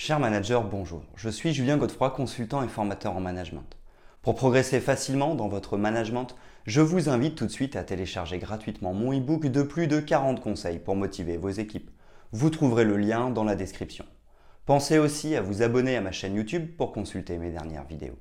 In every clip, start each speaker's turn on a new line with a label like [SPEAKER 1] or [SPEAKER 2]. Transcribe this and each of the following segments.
[SPEAKER 1] Cher manager, bonjour. Je suis Julien Godefroy, consultant et formateur en management. Pour progresser facilement dans votre management, je vous invite tout de suite à télécharger gratuitement mon e-book de plus de 40 conseils pour motiver vos équipes. Vous trouverez le lien dans la description. Pensez aussi à vous abonner à ma chaîne YouTube pour consulter mes dernières vidéos.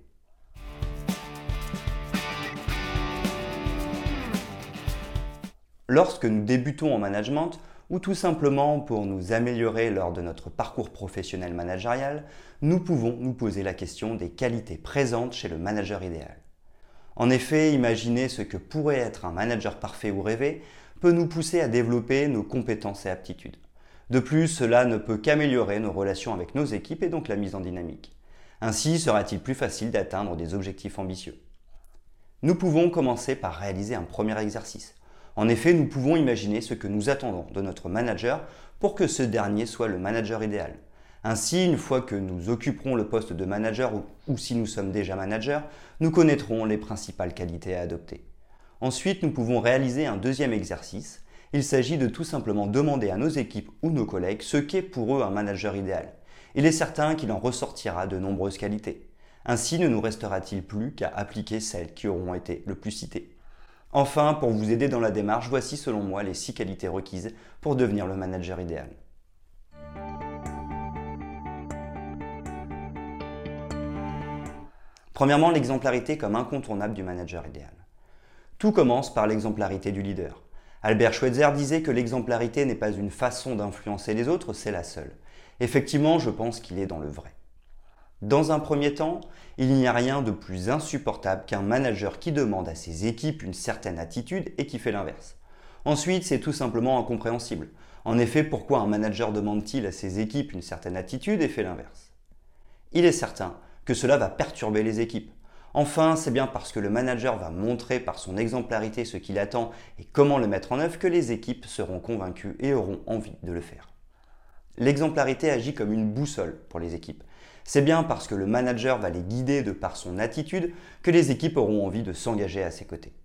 [SPEAKER 1] Lorsque nous débutons en management, ou tout simplement pour nous améliorer lors de notre parcours professionnel managérial, nous pouvons nous poser la question des qualités présentes chez le manager idéal. En effet, imaginer ce que pourrait être un manager parfait ou rêvé peut nous pousser à développer nos compétences et aptitudes. De plus, cela ne peut qu'améliorer nos relations avec nos équipes et donc la mise en dynamique. Ainsi, sera-t-il plus facile d'atteindre des objectifs ambitieux. Nous pouvons commencer par réaliser un premier exercice. En effet, nous pouvons imaginer ce que nous attendons de notre manager pour que ce dernier soit le manager idéal. Ainsi, une fois que nous occuperons le poste de manager ou si nous sommes déjà manager, nous connaîtrons les principales qualités à adopter. Ensuite, nous pouvons réaliser un deuxième exercice. Il s'agit de tout simplement demander à nos équipes ou nos collègues ce qu'est pour eux un manager idéal. Il est certain qu'il en ressortira de nombreuses qualités. Ainsi, ne nous restera-t-il plus qu'à appliquer celles qui auront été le plus citées. Enfin, pour vous aider dans la démarche, voici selon moi les 6 qualités requises pour devenir le manager idéal. Premièrement, l'exemplarité comme incontournable du manager idéal. Tout commence par l'exemplarité du leader. Albert Schweitzer disait que l'exemplarité n'est pas une façon d'influencer les autres, c'est la seule. Effectivement, je pense qu'il est dans le vrai. Dans un premier temps, il n'y a rien de plus insupportable qu'un manager qui demande à ses équipes une certaine attitude et qui fait l'inverse. Ensuite, c'est tout simplement incompréhensible. En effet, pourquoi un manager demande-t-il à ses équipes une certaine attitude et fait l'inverse? Il est certain que cela va perturber les équipes. Enfin, c'est bien parce que le manager va montrer par son exemplarité ce qu'il attend et comment le mettre en œuvre que les équipes seront convaincues et auront envie de le faire. L'exemplarité agit comme une boussole pour les équipes. C'est bien parce que le manager va les guider de par son attitude que les équipes auront envie de s'engager à ses côtés.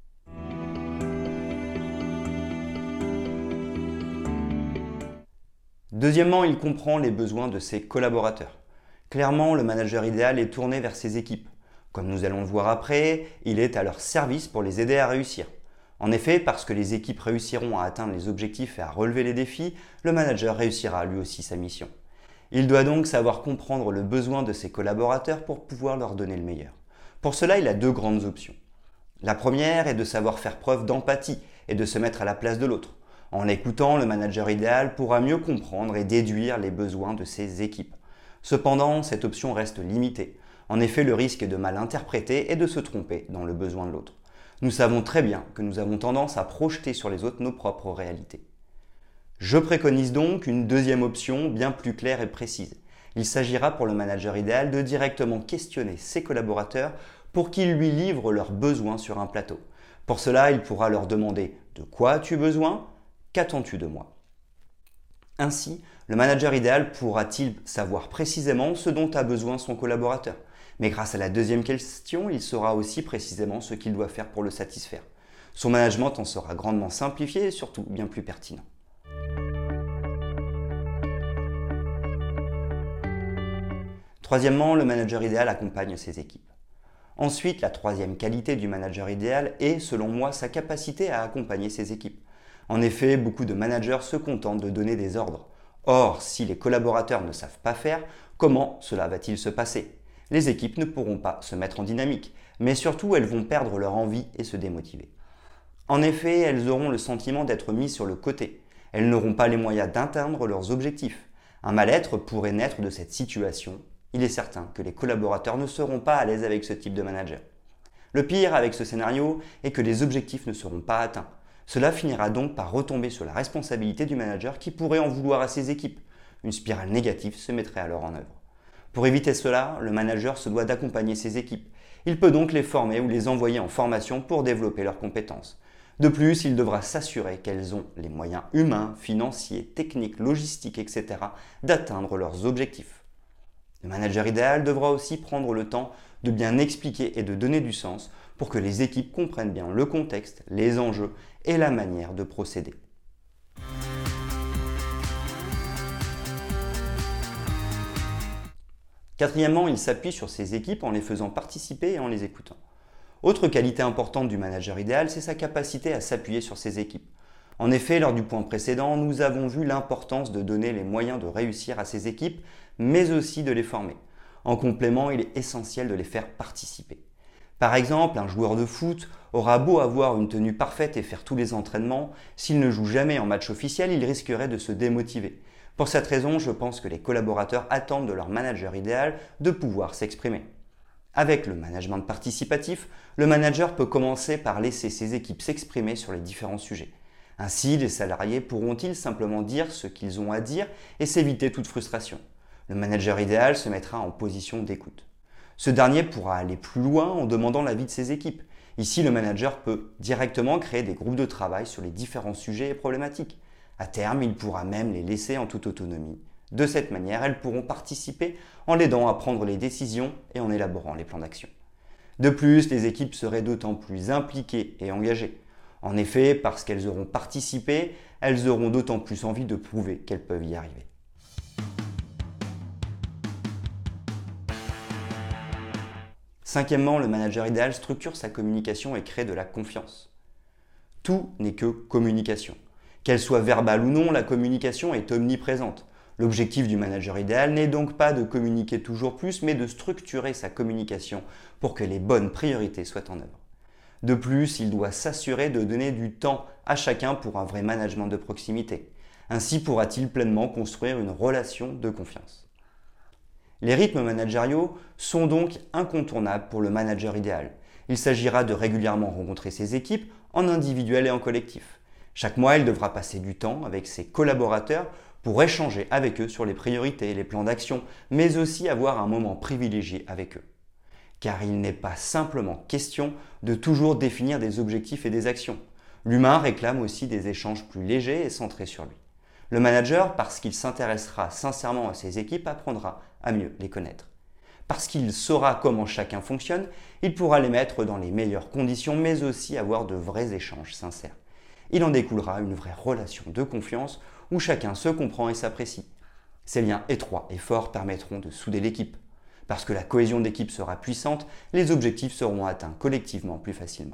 [SPEAKER 1] Deuxièmement, il comprend les besoins de ses collaborateurs. Clairement, le manager idéal est tourné vers ses équipes. Comme nous allons le voir après, il est à leur service pour les aider à réussir. En effet, parce que les équipes réussiront à atteindre les objectifs et à relever les défis, le manager réussira lui aussi sa mission. Il doit donc savoir comprendre le besoin de ses collaborateurs pour pouvoir leur donner le meilleur. Pour cela, il a 2 grandes options. La première est de savoir faire preuve d'empathie et de se mettre à la place de l'autre. En l'écoutant, le manager idéal pourra mieux comprendre et déduire les besoins de ses équipes. Cependant, cette option reste limitée. En effet, le risque est de mal interpréter et de se tromper dans le besoin de l'autre. Nous savons très bien que nous avons tendance à projeter sur les autres nos propres réalités. Je préconise donc une deuxième option bien plus claire et précise. Il s'agira pour le manager idéal de directement questionner ses collaborateurs pour qu'ils lui livrent leurs besoins sur un plateau. Pour cela, il pourra leur demander « De quoi as-tu besoin ? Qu'attends-tu de moi ?» Ainsi, le manager idéal pourra-t-il savoir précisément ce dont a besoin son collaborateur. Mais grâce à la deuxième question, il saura aussi précisément ce qu'il doit faire pour le satisfaire. Son management en sera grandement simplifié et surtout bien plus pertinent. Troisièmement, le manager idéal accompagne ses équipes. Ensuite, la troisième qualité du manager idéal est, selon moi, sa capacité à accompagner ses équipes. En effet, beaucoup de managers se contentent de donner des ordres. Or, si les collaborateurs ne savent pas faire, comment cela va-t-il se passer? Les équipes ne pourront pas se mettre en dynamique, mais surtout elles vont perdre leur envie et se démotiver. En effet, elles auront le sentiment d'être mises sur le côté. Elles n'auront pas les moyens d'atteindre leurs objectifs. Un mal-être pourrait naître de cette situation. Il est certain que les collaborateurs ne seront pas à l'aise avec ce type de manager. Le pire avec ce scénario est que les objectifs ne seront pas atteints. Cela finira donc par retomber sur la responsabilité du manager qui pourrait en vouloir à ses équipes. Une spirale négative se mettrait alors en œuvre. Pour éviter cela, le manager se doit d'accompagner ses équipes. Il peut donc les former ou les envoyer en formation pour développer leurs compétences. De plus, il devra s'assurer qu'elles ont les moyens humains, financiers, techniques, logistiques, etc. d'atteindre leurs objectifs. Le manager idéal devra aussi prendre le temps de bien expliquer et de donner du sens pour que les équipes comprennent bien le contexte, les enjeux et la manière de procéder. Quatrièmement, il s'appuie sur ses équipes en les faisant participer et en les écoutant. Autre qualité importante du manager idéal, c'est sa capacité à s'appuyer sur ses équipes. En effet, lors du point précédent, nous avons vu l'importance de donner les moyens de réussir à ses équipes, mais aussi de les former. En complément, il est essentiel de les faire participer. Par exemple, un joueur de foot aura beau avoir une tenue parfaite et faire tous les entraînements, s'il ne joue jamais en match officiel, il risquerait de se démotiver. Pour cette raison, je pense que les collaborateurs attendent de leur manager idéal de pouvoir s'exprimer. Avec le management participatif, le manager peut commencer par laisser ses équipes s'exprimer sur les différents sujets. Ainsi, les salariés pourront-ils simplement dire ce qu'ils ont à dire et s'éviter toute frustration. Le manager idéal se mettra en position d'écoute. Ce dernier pourra aller plus loin en demandant l'avis de ses équipes. Ici, le manager peut directement créer des groupes de travail sur les différents sujets et problématiques. À terme, il pourra même les laisser en toute autonomie. De cette manière, elles pourront participer en l'aidant à prendre les décisions et en élaborant les plans d'action. De plus, les équipes seraient d'autant plus impliquées et engagées. En effet, parce qu'elles auront participé, elles auront d'autant plus envie de prouver qu'elles peuvent y arriver. Cinquièmement, le manager idéal structure sa communication et crée de la confiance. Tout n'est que communication. Qu'elle soit verbale ou non, la communication est omniprésente. L'objectif du manager idéal n'est donc pas de communiquer toujours plus, mais de structurer sa communication pour que les bonnes priorités soient en œuvre. De plus, il doit s'assurer de donner du temps à chacun pour un vrai management de proximité. Ainsi pourra-t-il pleinement construire une relation de confiance. Les rythmes managériaux sont donc incontournables pour le manager idéal. Il s'agira de régulièrement rencontrer ses équipes en individuel et en collectif. Chaque mois, il devra passer du temps avec ses collaborateurs pour échanger avec eux sur les priorités et les plans d'action, mais aussi avoir un moment privilégié avec eux. Car il n'est pas simplement question de toujours définir des objectifs et des actions. L'humain réclame aussi des échanges plus légers et centrés sur lui. Le manager, parce qu'il s'intéressera sincèrement à ses équipes, apprendra à mieux les connaître. Parce qu'il saura comment chacun fonctionne, il pourra les mettre dans les meilleures conditions, mais aussi avoir de vrais échanges sincères. Il en découlera une vraie relation de confiance où chacun se comprend et s'apprécie. Ces liens étroits et forts permettront de souder l'équipe. Parce que la cohésion d'équipe sera puissante, les objectifs seront atteints collectivement plus facilement.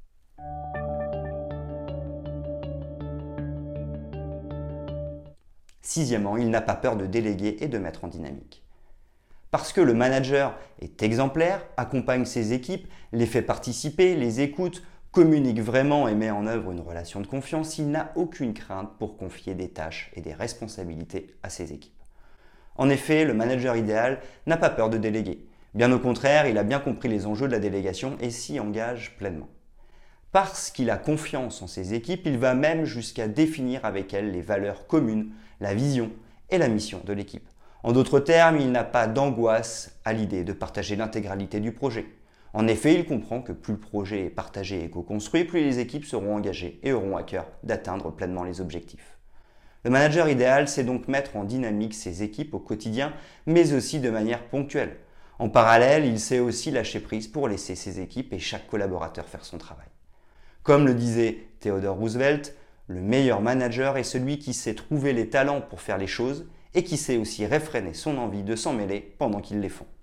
[SPEAKER 1] Sixièmement, il n'a pas peur de déléguer et de mettre en dynamique. Parce que le manager est exemplaire, accompagne ses équipes, les fait participer, les écoute, communique vraiment et met en œuvre une relation de confiance, il n'a aucune crainte pour confier des tâches et des responsabilités à ses équipes. En effet, le manager idéal n'a pas peur de déléguer. Bien au contraire, il a bien compris les enjeux de la délégation et s'y engage pleinement. Parce qu'il a confiance en ses équipes, il va même jusqu'à définir avec elles les valeurs communes, la vision et la mission de l'équipe. En d'autres termes, il n'a pas d'angoisse à l'idée de partager l'intégralité du projet. En effet, il comprend que plus le projet est partagé et co-construit, plus les équipes seront engagées et auront à cœur d'atteindre pleinement les objectifs. Le manager idéal, c'est donc mettre en dynamique ses équipes au quotidien, mais aussi de manière ponctuelle. En parallèle, il sait aussi lâcher prise pour laisser ses équipes et chaque collaborateur faire son travail. Comme le disait Theodore Roosevelt, le meilleur manager est celui qui sait trouver les talents pour faire les choses et qui sait aussi réfréner son envie de s'en mêler pendant qu'ils les font.